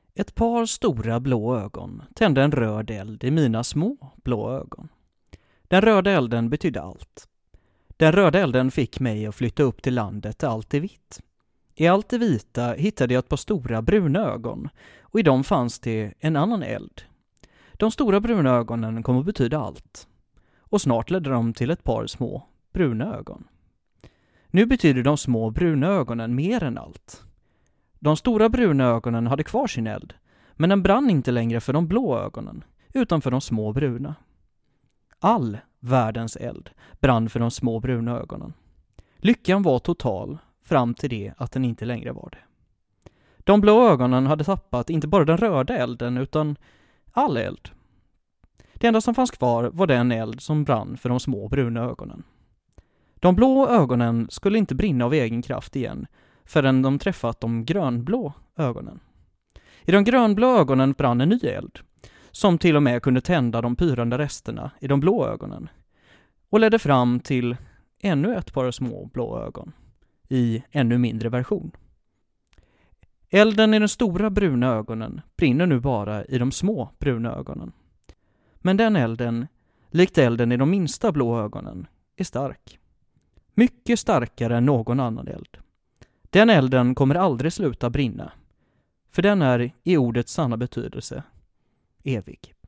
Ett par stora blå ögon tände en röd eld i mina små blå ögon. Den röda elden betydde allt. Den röda elden fick mig att flytta upp till landet där allt är vitt. I allt det vita hittade jag ett par stora bruna ögon och i dem fanns det en annan eld. De stora bruna ögonen kom att betyda allt. Och snart ledde de till ett par små bruna ögon. Nu betyder de små bruna ögonen mer än allt. De stora bruna ögonen hade kvar sin eld, men den brann inte längre för de blå ögonen, utan för de små bruna. All världens eld brann för de små bruna ögonen. Lyckan var total fram till det att den inte längre var det. De blå ögonen hade tappat inte bara den röda elden utan all eld. Det enda som fanns kvar var den eld som brann för de små bruna ögonen. De blå ögonen skulle inte brinna av egen kraft igen förrän de träffat de grönblå ögonen. I de grönblå ögonen brann en ny eld som till och med kunde tända de pyrande resterna i de blå ögonen och ledde fram till ännu ett par små blå ögon i ännu mindre version. Elden i de stora bruna ögonen brinner nu bara i de små bruna ögonen. Men den elden, likt elden i de minsta blå ögonen, är stark. Mycket starkare än någon annan eld. Den elden kommer aldrig sluta brinna, för den är i ordets sanna betydelse evig.